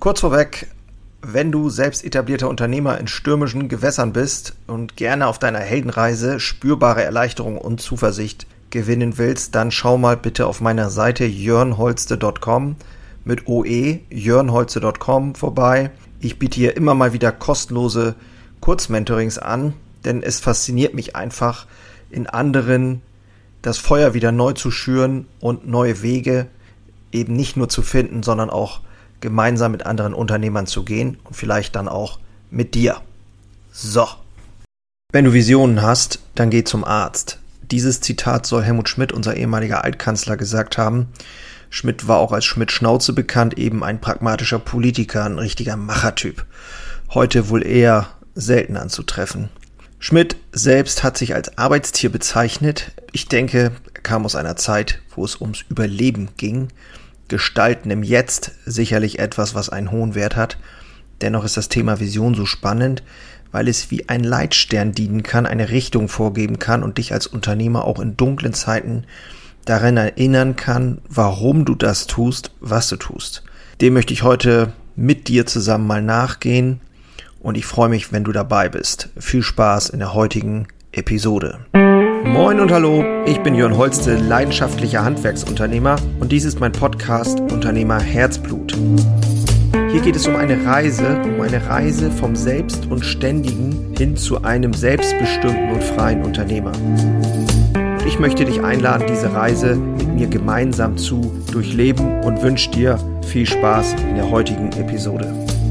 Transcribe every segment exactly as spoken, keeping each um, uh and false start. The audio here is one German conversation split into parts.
Kurz vorweg, wenn du selbst etablierter Unternehmer in stürmischen Gewässern bist und gerne auf deiner Heldenreise spürbare Erleichterung und Zuversicht gewinnen willst, dann schau mal bitte auf meiner Seite jörnholste punkt com mit O E, jörnholste punkt com vorbei. Ich biete hier immer mal wieder kostenlose Kurzmentorings an, denn es fasziniert mich einfach, in anderen das Feuer wieder neu zu schüren und neue Wege eben nicht nur zu finden, sondern auch gemeinsam mit anderen Unternehmern zu gehen und vielleicht dann auch mit dir. So. Wenn du Visionen hast, dann geh zum Arzt. Dieses Zitat soll Helmut Schmidt, unser ehemaliger Altkanzler, gesagt haben. Schmidt war auch als Schmidt-Schnauze bekannt, eben ein pragmatischer Politiker, ein richtiger Machertyp. Heute wohl eher selten anzutreffen. Schmidt selbst hat sich als Arbeitstier bezeichnet. Ich denke, er kam aus einer Zeit, wo es ums Überleben ging. Gestalten im Jetzt sicherlich etwas, was einen hohen Wert hat. Dennoch ist das Thema Vision so spannend, weil es wie ein Leitstern dienen kann, eine Richtung vorgeben kann und dich als Unternehmer auch in dunklen Zeiten daran erinnern kann, warum du das tust, was du tust. Dem möchte ich heute mit dir zusammen mal nachgehen und ich freue mich, wenn du dabei bist. Viel Spaß in der heutigen Episode. Moin und hallo, ich bin Jörn Holste, leidenschaftlicher Handwerksunternehmer und dies ist mein Podcast Unternehmer Herzblut. Hier geht es um eine Reise, um eine Reise vom Selbst und Ständigen hin zu einem selbstbestimmten und freien Unternehmer. Und ich möchte dich einladen, diese Reise mit mir gemeinsam zu durchleben und wünsche dir viel Spaß in der heutigen Episode.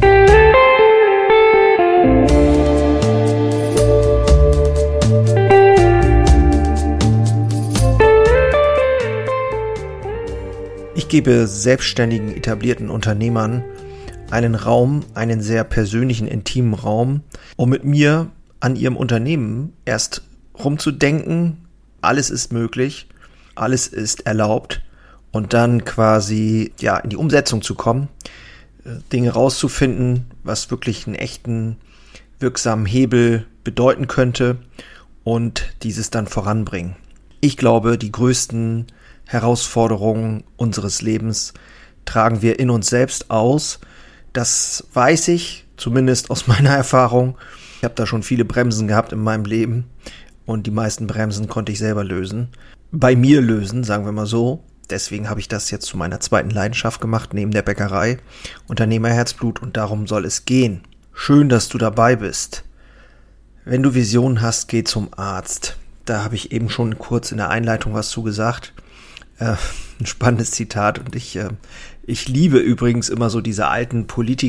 Ich gebe selbstständigen, etablierten Unternehmern einen Raum, einen sehr persönlichen, intimen Raum, um mit mir an ihrem Unternehmen erst rumzudenken. Alles ist möglich, alles ist erlaubt und dann quasi ja in die Umsetzung zu kommen, Dinge rauszufinden, was wirklich einen echten, wirksamen Hebel bedeuten könnte und dieses dann voranbringen. Ich glaube, die größten Herausforderungen unseres Lebens tragen wir in uns selbst aus. Das weiß ich, zumindest aus meiner Erfahrung. Ich habe da schon viele Bremsen gehabt in meinem Leben und die meisten Bremsen konnte ich selber lösen. Bei mir lösen, sagen wir mal so. Deswegen habe ich das jetzt zu meiner zweiten Leidenschaft gemacht, neben der Bäckerei. Unternehmerherzblut und darum soll es gehen. Schön, dass du dabei bist. Wenn du Visionen hast, geh zum Arzt. Da habe ich eben schon kurz in der Einleitung was zu gesagt. Äh, ein spannendes Zitat und ich, äh, ich liebe übrigens immer so diese alten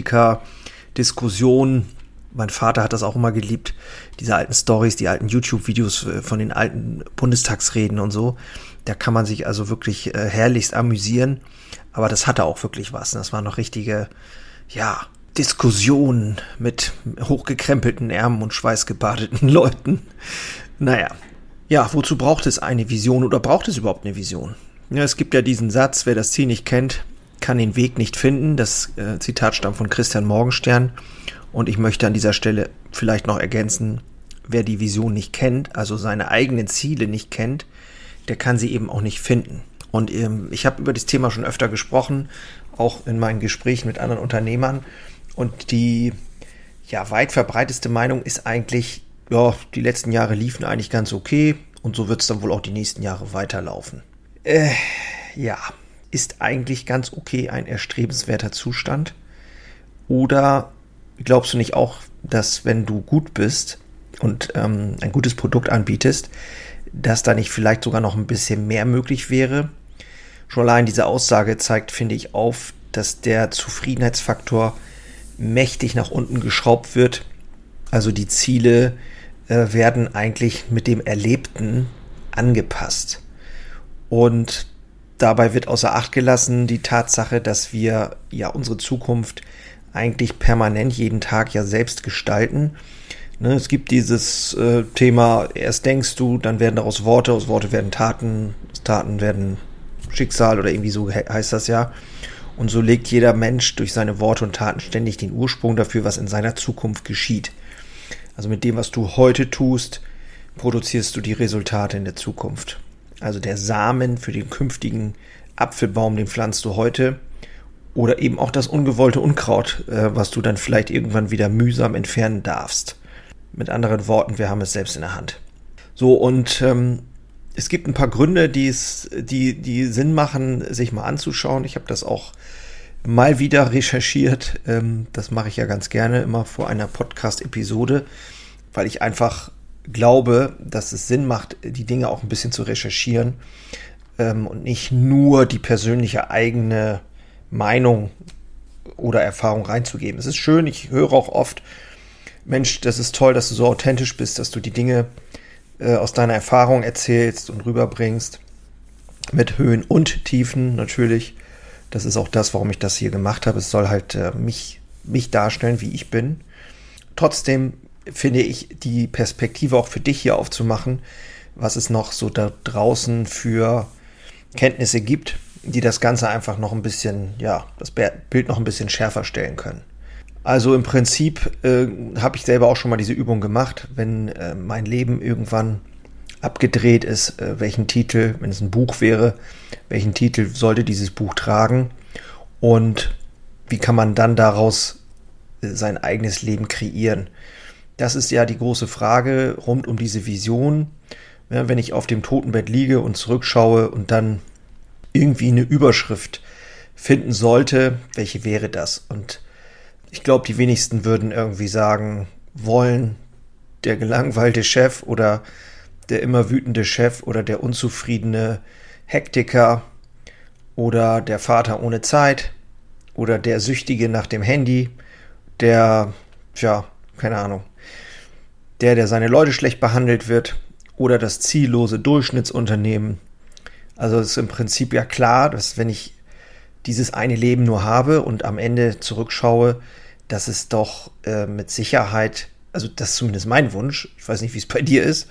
Politiker-Diskussionen. Mein Vater hat das auch immer geliebt, diese alten Stories, die alten YouTube-Videos von den alten Bundestagsreden und so. Da kann man sich also wirklich äh, herrlichst amüsieren, aber das hatte auch wirklich was. Das waren noch richtige, ja, Diskussionen mit hochgekrempelten Ärmeln und schweißgebadeten Leuten. Naja, ja, wozu braucht es eine Vision oder braucht es überhaupt eine Vision? Ja, es gibt ja diesen Satz, wer das Ziel nicht kennt, kann den Weg nicht finden. Das äh, Zitat stammt von Christian Morgenstern. Und ich möchte an dieser Stelle vielleicht noch ergänzen, wer die Vision nicht kennt, also seine eigenen Ziele nicht kennt, der kann sie eben auch nicht finden. Und ähm, ich habe über das Thema schon öfter gesprochen, auch in meinen Gesprächen mit anderen Unternehmern. Und die ja weit verbreiteste Meinung ist eigentlich, ja, die letzten Jahre liefen eigentlich ganz okay und so wird es dann wohl auch die nächsten Jahre weiterlaufen. Äh, ja, ist eigentlich ganz okay ein erstrebenswerter Zustand? Oder glaubst du nicht auch, dass wenn du gut bist und ähm, ein gutes Produkt anbietest, dass da nicht vielleicht sogar noch ein bisschen mehr möglich wäre? Schon allein diese Aussage zeigt, finde ich, auf, dass der Zufriedenheitsfaktor mächtig nach unten geschraubt wird. Also die Ziele äh, werden eigentlich mit dem Erlebten angepasst. Und dabei wird außer Acht gelassen die Tatsache, dass wir ja unsere Zukunft eigentlich permanent jeden Tag ja selbst gestalten. Ne, es gibt dieses äh, Thema, erst denkst du, dann werden daraus Worte, aus Worte werden Taten, aus Taten werden Schicksal oder irgendwie so he- heißt das ja. Und so legt jeder Mensch durch seine Worte und Taten ständig den Ursprung dafür, was in seiner Zukunft geschieht. Also mit dem, was du heute tust, produzierst du die Resultate in der Zukunft. Also der Samen für den künftigen Apfelbaum, den pflanzt du heute Oder eben auch das ungewollte Unkraut, äh, was du dann vielleicht irgendwann wieder mühsam entfernen darfst. Mit anderen Worten, wir haben es selbst in der Hand. So, und ähm, es gibt ein paar Gründe, die es, die, die Sinn machen, sich mal anzuschauen. Ich habe das auch mal wieder recherchiert. Ähm, das mache ich ja ganz gerne immer vor einer Podcast-Episode, weil ich einfach glaube, dass es Sinn macht, die Dinge auch ein bisschen zu recherchieren ähm, und nicht nur die persönliche eigene Meinung oder Erfahrung reinzugeben. Es ist schön, ich höre auch oft, Mensch, das ist toll, dass du so authentisch bist, dass du die Dinge äh, aus deiner Erfahrung erzählst und rüberbringst, mit Höhen und Tiefen natürlich. Das ist auch das, warum ich das hier gemacht habe. Es soll halt äh, mich, mich darstellen, wie ich bin. Trotzdem finde ich, die Perspektive auch für dich hier aufzumachen, was es noch so da draußen für Kenntnisse gibt, die das Ganze einfach noch ein bisschen, ja, das Bild noch ein bisschen schärfer stellen können. Also im Prinzip äh, habe ich selber auch schon mal diese Übung gemacht, wenn äh, mein Leben irgendwann abgedreht ist, äh, welchen Titel, wenn es ein Buch wäre, welchen Titel sollte dieses Buch tragen und wie kann man dann daraus äh, sein eigenes Leben kreieren. Das ist ja die große Frage rund um diese Vision. Ja, wenn ich auf dem Totenbett liege und zurückschaue und dann irgendwie eine Überschrift finden sollte, welche wäre das? Und ich glaube, die wenigsten würden irgendwie sagen wollen, der gelangweilte Chef oder der immer wütende Chef oder der unzufriedene Hektiker oder der Vater ohne Zeit oder der Süchtige nach dem Handy, der, tja, keine Ahnung, der, der seine Leute schlecht behandelt wird oder das ziellose Durchschnittsunternehmen. Also es ist im Prinzip ja klar, dass wenn ich dieses eine Leben nur habe und am Ende zurückschaue, dass es doch äh, mit Sicherheit, also das ist zumindest mein Wunsch, ich weiß nicht, wie es bei dir ist,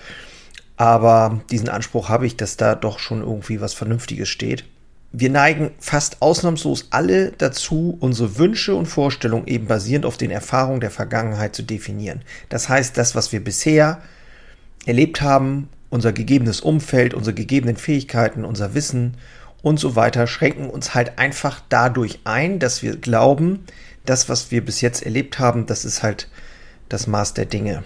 aber diesen Anspruch habe ich, dass da doch schon irgendwie was Vernünftiges steht. Wir neigen fast ausnahmslos alle dazu, unsere Wünsche und Vorstellungen eben basierend auf den Erfahrungen der Vergangenheit zu definieren. Das heißt, das, was wir bisher erlebt haben, unser gegebenes Umfeld, unsere gegebenen Fähigkeiten, unser Wissen und so weiter, schränken uns halt einfach dadurch ein, dass wir glauben, das, was wir bis jetzt erlebt haben, das ist halt das Maß der Dinge.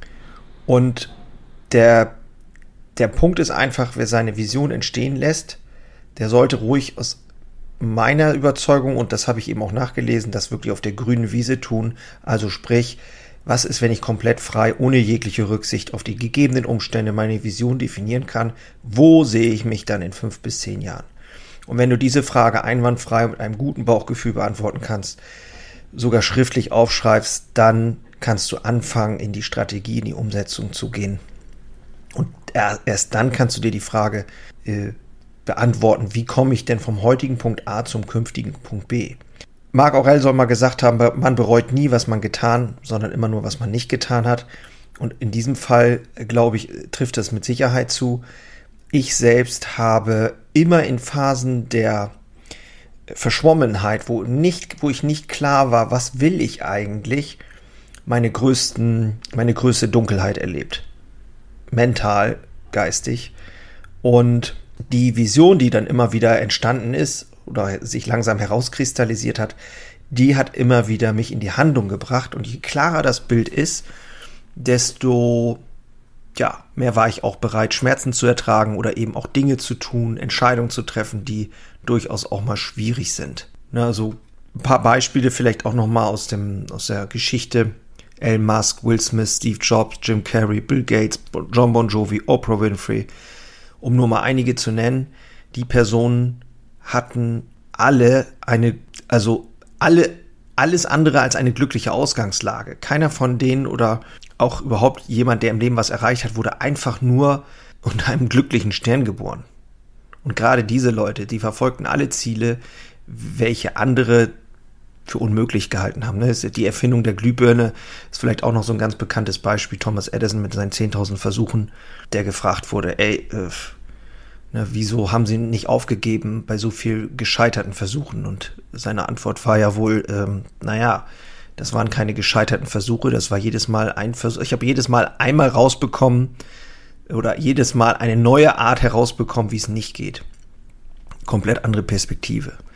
Und der, der Punkt ist einfach, wer seine Vision entstehen lässt, der sollte ruhig aus meiner Überzeugung, und das habe ich eben auch nachgelesen, das wirklich auf der grünen Wiese tun. Also sprich, was ist, wenn ich komplett frei, ohne jegliche Rücksicht auf die gegebenen Umstände meine Vision definieren kann? Wo sehe ich mich dann in fünf bis zehn Jahren? Und wenn du diese Frage einwandfrei mit einem guten Bauchgefühl beantworten kannst, sogar schriftlich aufschreibst, dann kannst du anfangen, in die Strategie, in die Umsetzung zu gehen. Und erst dann kannst du dir die Frage äh, beantworten, wie komme ich denn vom heutigen Punkt A zum künftigen Punkt B? Marc Aurèle soll mal gesagt haben, man bereut nie, was man getan, sondern immer nur, was man nicht getan hat. Und in diesem Fall, glaube ich, trifft das mit Sicherheit zu. Ich selbst habe immer in Phasen der Verschwommenheit, wo nicht, wo ich nicht klar war, was will ich eigentlich, meine größten, meine größte Dunkelheit erlebt. Mental, geistig. Und die Vision, die dann immer wieder entstanden ist oder sich langsam herauskristallisiert hat, die hat immer wieder mich in die Handlung gebracht. Und je klarer das Bild ist, desto ja, mehr war ich auch bereit, Schmerzen zu ertragen oder eben auch Dinge zu tun, Entscheidungen zu treffen, die durchaus auch mal schwierig sind. Na, also ein paar Beispiele vielleicht auch nochmal aus dem, aus der Geschichte. Elon Musk, Will Smith, Steve Jobs, Jim Carrey, Bill Gates, John Bon Jovi, Oprah Winfrey, um nur mal einige zu nennen. Die Personen hatten alle eine, also alle, alles andere als eine glückliche Ausgangslage. Keiner von denen oder auch überhaupt jemand, der im Leben was erreicht hat, wurde einfach nur unter einem glücklichen Stern geboren. Und gerade diese Leute, die verfolgten alle Ziele, welche andere für unmöglich gehalten haben. Die Erfindung der Glühbirne ist vielleicht auch noch so ein ganz bekanntes Beispiel. Thomas Edison mit seinen zehntausend Versuchen, der gefragt wurde, ey, äh, ne, wieso haben sie nicht aufgegeben bei so viel gescheiterten Versuchen? Und seine Antwort war ja wohl, ähm, naja, das waren keine gescheiterten Versuche, das war jedes Mal ein Versuch. Ich habe jedes Mal einmal rausbekommen oder jedes Mal eine neue Art herausbekommen, wie es nicht geht. Komplett andere Perspektive.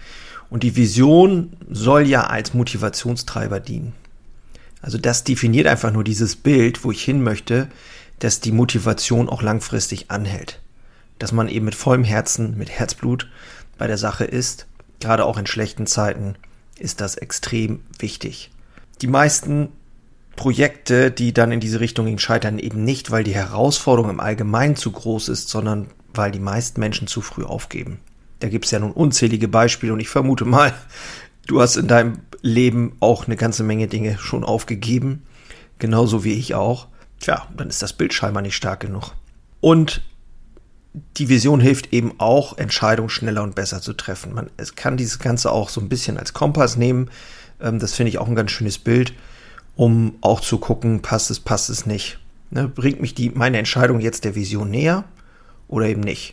Und die Vision soll ja als Motivationstreiber dienen. Also das definiert einfach nur dieses Bild, wo ich hin möchte, dass die Motivation auch langfristig anhält. Dass man eben mit vollem Herzen, mit Herzblut bei der Sache ist. Gerade auch in schlechten Zeiten ist das extrem wichtig. Die meisten Projekte, die dann in diese Richtung gehen, scheitern eben nicht, weil die Herausforderung im Allgemeinen zu groß ist, sondern weil die meisten Menschen zu früh aufgeben. Da gibt es ja nun unzählige Beispiele und ich vermute mal, du hast in deinem Leben auch eine ganze Menge Dinge schon aufgegeben, genauso wie ich auch. Tja, dann ist das Bild scheinbar nicht stark genug. Und die Vision hilft eben auch, Entscheidungen schneller und besser zu treffen. Man es kann dieses Ganze auch so ein bisschen als Kompass nehmen. Das finde ich auch ein ganz schönes Bild, um auch zu gucken, passt es, passt es nicht. Ne, bringt mich die, meine Entscheidung jetzt der Vision näher oder eben nicht?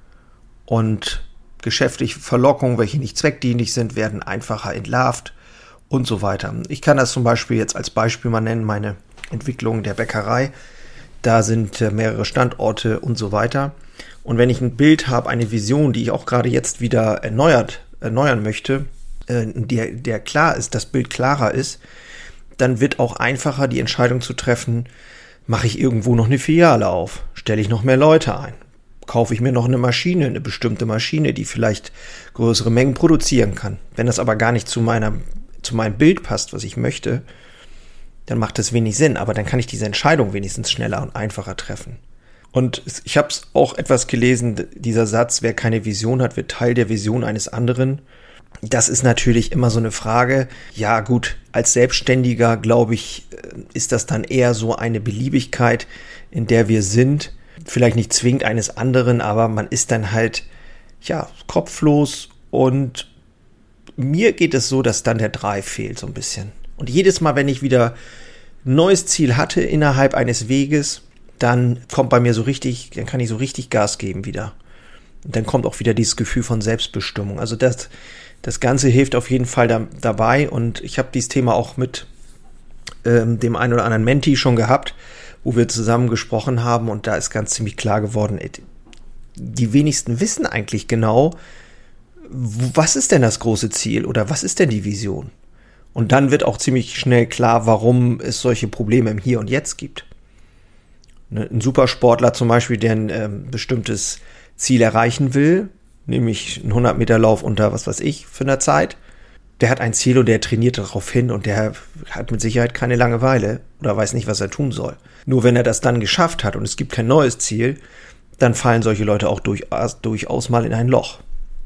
Und geschäftliche Verlockungen, welche nicht zweckdienlich sind, werden einfacher entlarvt und so weiter. Ich kann das zum Beispiel jetzt als Beispiel mal nennen, meine Entwicklung der Bäckerei. Da sind mehrere Standorte und so weiter. Und wenn ich ein Bild habe, eine Vision, die ich auch gerade jetzt wieder erneuert, erneuern möchte, äh, der, der klar ist, das Bild klarer ist, dann wird auch einfacher, die Entscheidung zu treffen, mache ich irgendwo noch eine Filiale auf, stelle ich noch mehr Leute ein, kaufe ich mir noch eine Maschine, eine bestimmte Maschine, die vielleicht größere Mengen produzieren kann. Wenn das aber gar nicht zu meiner, zu meinem Bild passt, was ich möchte, dann macht das wenig Sinn, aber dann kann ich diese Entscheidung wenigstens schneller und einfacher treffen. Und ich habe es auch etwas gelesen, dieser Satz, wer keine Vision hat, wird Teil der Vision eines anderen. Das ist natürlich immer so eine Frage. Ja gut, als Selbstständiger, glaube ich, ist das dann eher so eine Beliebigkeit, in der wir sind. Vielleicht nicht zwingend eines anderen, aber man ist dann halt, ja, kopflos. Und mir geht es so, dass dann der Drive fehlt so ein bisschen. Und jedes Mal, wenn ich wieder ein neues Ziel hatte innerhalb eines Weges, dann kommt bei mir so richtig, dann kann ich so richtig Gas geben wieder. Und dann kommt auch wieder dieses Gefühl von Selbstbestimmung. Also das, das Ganze hilft auf jeden Fall da, dabei. Und ich habe dieses Thema auch mit ähm, dem einen oder anderen Menti schon gehabt, wo wir zusammen gesprochen haben. Und da ist ganz ziemlich klar geworden, die wenigsten wissen eigentlich genau, was ist denn das große Ziel oder was ist denn die Vision? Und dann wird auch ziemlich schnell klar, warum es solche Probleme im Hier und Jetzt gibt. Ein Supersportler zum Beispiel, der ein ähm, bestimmtes Ziel erreichen will, nämlich einen hundert Meter Lauf unter, was weiß ich, für eine Zeit, der hat ein Ziel und der trainiert darauf hin und der hat mit Sicherheit keine Langeweile oder weiß nicht, was er tun soll. Nur wenn er das dann geschafft hat und es gibt kein neues Ziel, dann fallen solche Leute auch durchaus, durchaus mal in ein Loch.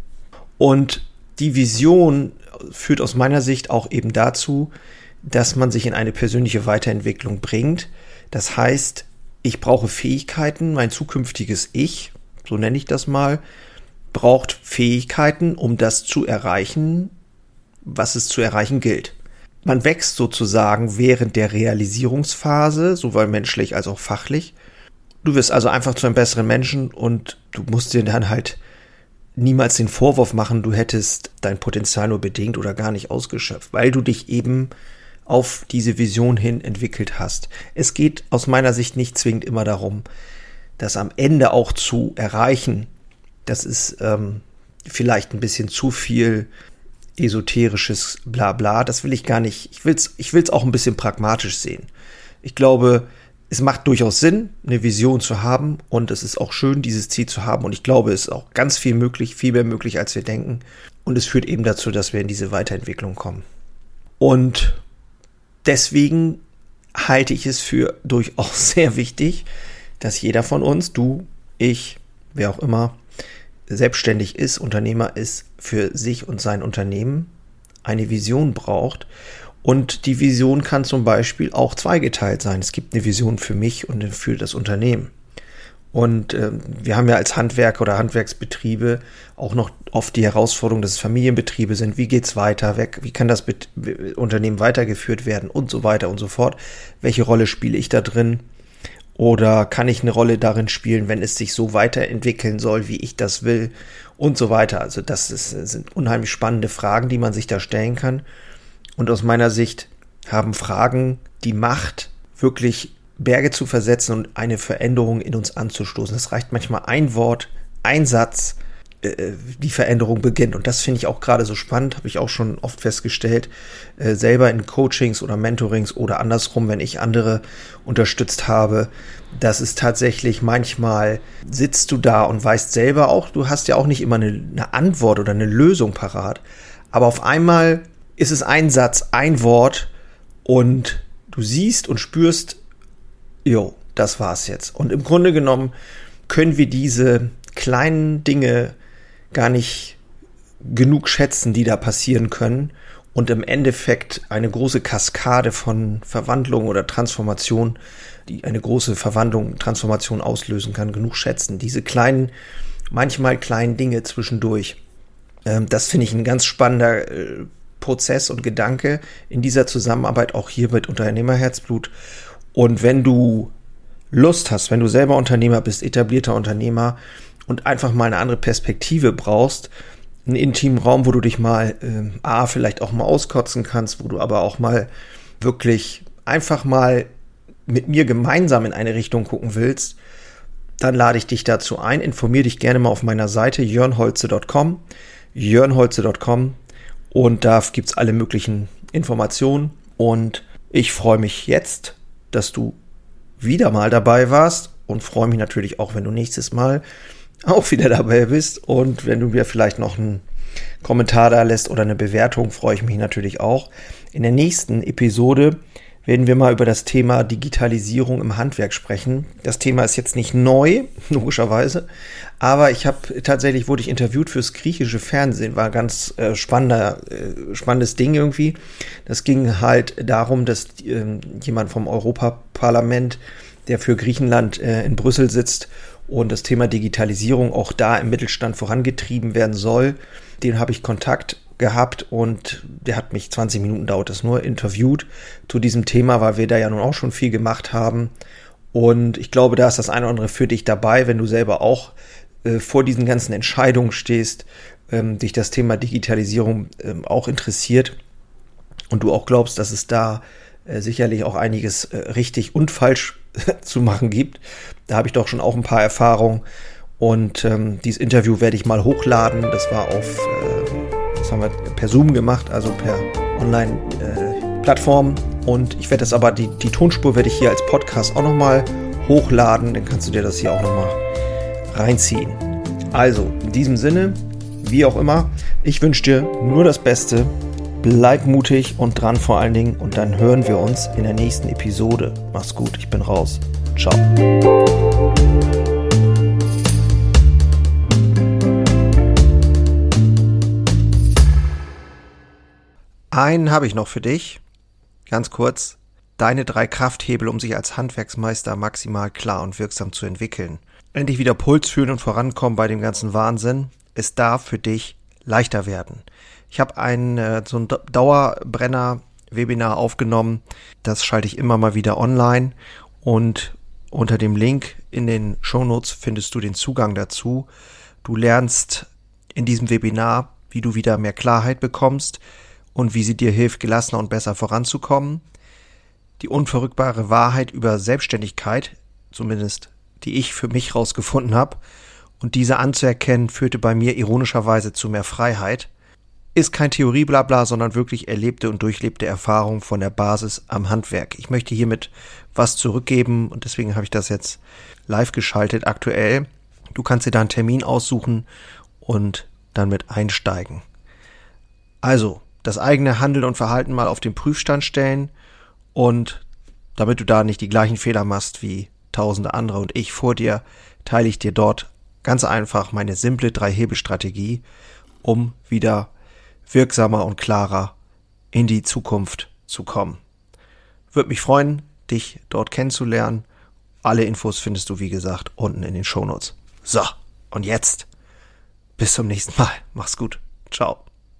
Und die Vision führt aus meiner Sicht auch eben dazu, dass man sich in eine persönliche Weiterentwicklung bringt. Das heißt, ich brauche Fähigkeiten, mein zukünftiges Ich, so nenne ich das mal, braucht Fähigkeiten, um das zu erreichen, was es zu erreichen gilt. Man wächst sozusagen während der Realisierungsphase, sowohl menschlich als auch fachlich. Du wirst also einfach zu einem besseren Menschen und du musst dir dann halt niemals den Vorwurf machen, du hättest dein Potenzial nur bedingt oder gar nicht ausgeschöpft, weil du dich eben auf diese Vision hin entwickelt hast. Es geht aus meiner Sicht nicht zwingend immer darum, das am Ende auch zu erreichen. Das ist ähm, vielleicht ein bisschen zu viel esoterisches Blabla. Das will ich gar nicht. Ich will's, ich will's auch ein bisschen pragmatisch sehen. Ich glaube, es macht durchaus Sinn, eine Vision zu haben und es ist auch schön, dieses Ziel zu haben und ich glaube, es ist auch ganz viel möglich, viel mehr möglich, als wir denken und es führt eben dazu, dass wir in diese Weiterentwicklung kommen. Und deswegen halte ich es für durchaus sehr wichtig, dass jeder von uns, du, ich, wer auch immer, selbstständig ist, Unternehmer ist, für sich und sein Unternehmen eine Vision braucht. Und die Vision kann zum Beispiel auch zweigeteilt sein. Es gibt eine Vision für mich und für das Unternehmen. Und äh, wir haben ja als Handwerk oder Handwerksbetriebe auch noch oft die Herausforderung, dass es Familienbetriebe sind. Wie geht's weiter weg? Wie kann das Bet- Unternehmen weitergeführt werden? Und so weiter und so fort. Welche Rolle spiele ich da drin? Oder kann ich eine Rolle darin spielen, wenn es sich so weiterentwickeln soll, wie ich das will? Und so weiter. Also das ist, sind unheimlich spannende Fragen, die man sich da stellen kann. Und aus meiner Sicht haben Fragen die Macht, wirklich Berge zu versetzen und eine Veränderung in uns anzustoßen. Es reicht manchmal ein Wort, ein Satz äh, die Veränderung beginnt. Und das finde ich auch gerade so spannend, habe ich auch schon oft festgestellt, äh, selber in Coachings oder Mentorings oder andersrum, wenn ich andere unterstützt habe, dass es tatsächlich manchmal sitzt du da und weißt selber auch, du hast ja auch nicht immer eine, eine Antwort oder eine Lösung parat, aber auf einmal ist es ein Satz, ein Wort und du siehst und spürst, jo, das war's jetzt. Und im Grunde genommen können wir diese kleinen Dinge gar nicht genug schätzen, die da passieren können und im Endeffekt eine große Kaskade von Verwandlung oder Transformation, die eine große Verwandlung, Transformation auslösen kann, genug schätzen. Diese kleinen, manchmal kleinen Dinge zwischendurch. Ähm, das finde ich ein ganz spannender äh, Prozess und Gedanke in dieser Zusammenarbeit, auch hier mit Unternehmerherzblut. Und wenn du Lust hast, wenn du selber Unternehmer bist, etablierter Unternehmer und einfach mal eine andere Perspektive brauchst, einen intimen Raum, wo du dich mal äh, A, vielleicht auch mal auskotzen kannst, wo du aber auch mal wirklich einfach mal mit mir gemeinsam in eine Richtung gucken willst, dann lade ich dich dazu ein. Informiere dich gerne mal auf meiner Seite jörnholze punkt com, jörnholze punkt com, und da gibt's alle möglichen Informationen und ich freue mich jetzt, dass du wieder mal dabei warst und freue mich natürlich auch, wenn du nächstes Mal auch wieder dabei bist und wenn du mir vielleicht noch einen Kommentar da lässt oder eine Bewertung, freue ich mich natürlich auch. In der nächsten Episode werden wir mal über das Thema Digitalisierung im Handwerk sprechen. Das Thema ist jetzt nicht neu, logischerweise, aber ich habe tatsächlich, wurde ich interviewt fürs griechische Fernsehen, war ein ganz äh, spannender, äh, spannendes Ding irgendwie. Das ging halt darum, dass äh, jemand vom Europaparlament, der für Griechenland äh, in Brüssel sitzt und das Thema Digitalisierung auch da im Mittelstand vorangetrieben werden soll, den habe ich Kontakt gehabt und der hat mich, zwanzig Minuten dauert das nur, interviewt zu diesem Thema, weil wir da ja nun auch schon viel gemacht haben und ich glaube, da ist das eine oder andere für dich dabei, wenn du selber auch äh, vor diesen ganzen Entscheidungen stehst, ähm, dich das Thema Digitalisierung ähm, auch interessiert und du auch glaubst, dass es da äh, sicherlich auch einiges äh, richtig und falsch zu machen gibt. Da habe ich doch schon auch ein paar Erfahrungen und ähm, dieses Interview werde ich mal hochladen, das war auf äh, das haben wir per Zoom gemacht, also per Online-Plattform. Äh, und ich werde das aber, die, die Tonspur werde ich hier als Podcast auch nochmal hochladen. Dann kannst du dir das hier auch nochmal reinziehen. Also, in diesem Sinne, wie auch immer, ich wünsche dir nur das Beste. Bleib mutig und dran vor allen Dingen. Und dann hören wir uns in der nächsten Episode. Mach's gut, ich bin raus. Ciao. Einen habe ich noch für dich, ganz kurz, deine drei Krafthebel, um sich als Handwerksmeister maximal klar und wirksam zu entwickeln. Endlich wieder Puls fühlen und vorankommen bei dem ganzen Wahnsinn. Es darf für dich leichter werden. Ich habe ein äh, so ein Dauerbrenner-Webinar aufgenommen, das schalte ich immer mal wieder online und unter dem Link in den Shownotes findest du den Zugang dazu. Du lernst in diesem Webinar, wie du wieder mehr Klarheit bekommst, und wie sie dir hilft, gelassener und besser voranzukommen. Die unverrückbare Wahrheit über Selbstständigkeit, zumindest die ich für mich rausgefunden habe, und diese anzuerkennen, führte bei mir ironischerweise zu mehr Freiheit. Ist kein Theorieblabla, sondern wirklich erlebte und durchlebte Erfahrung von der Basis am Handwerk. Ich möchte hiermit was zurückgeben und deswegen habe ich das jetzt live geschaltet aktuell. Du kannst dir da einen Termin aussuchen und dann mit einsteigen. Also, das eigene Handeln und Verhalten mal auf den Prüfstand stellen und damit du da nicht die gleichen Fehler machst wie tausende andere und ich vor dir, teile ich dir dort ganz einfach meine simple Drei-Hebel-Strategie, um wieder wirksamer und klarer in die Zukunft zu kommen. Würde mich freuen, dich dort kennenzulernen. Alle Infos findest du, wie gesagt, unten in den Shownotes. So, und jetzt bis zum nächsten Mal. Mach's gut. Ciao.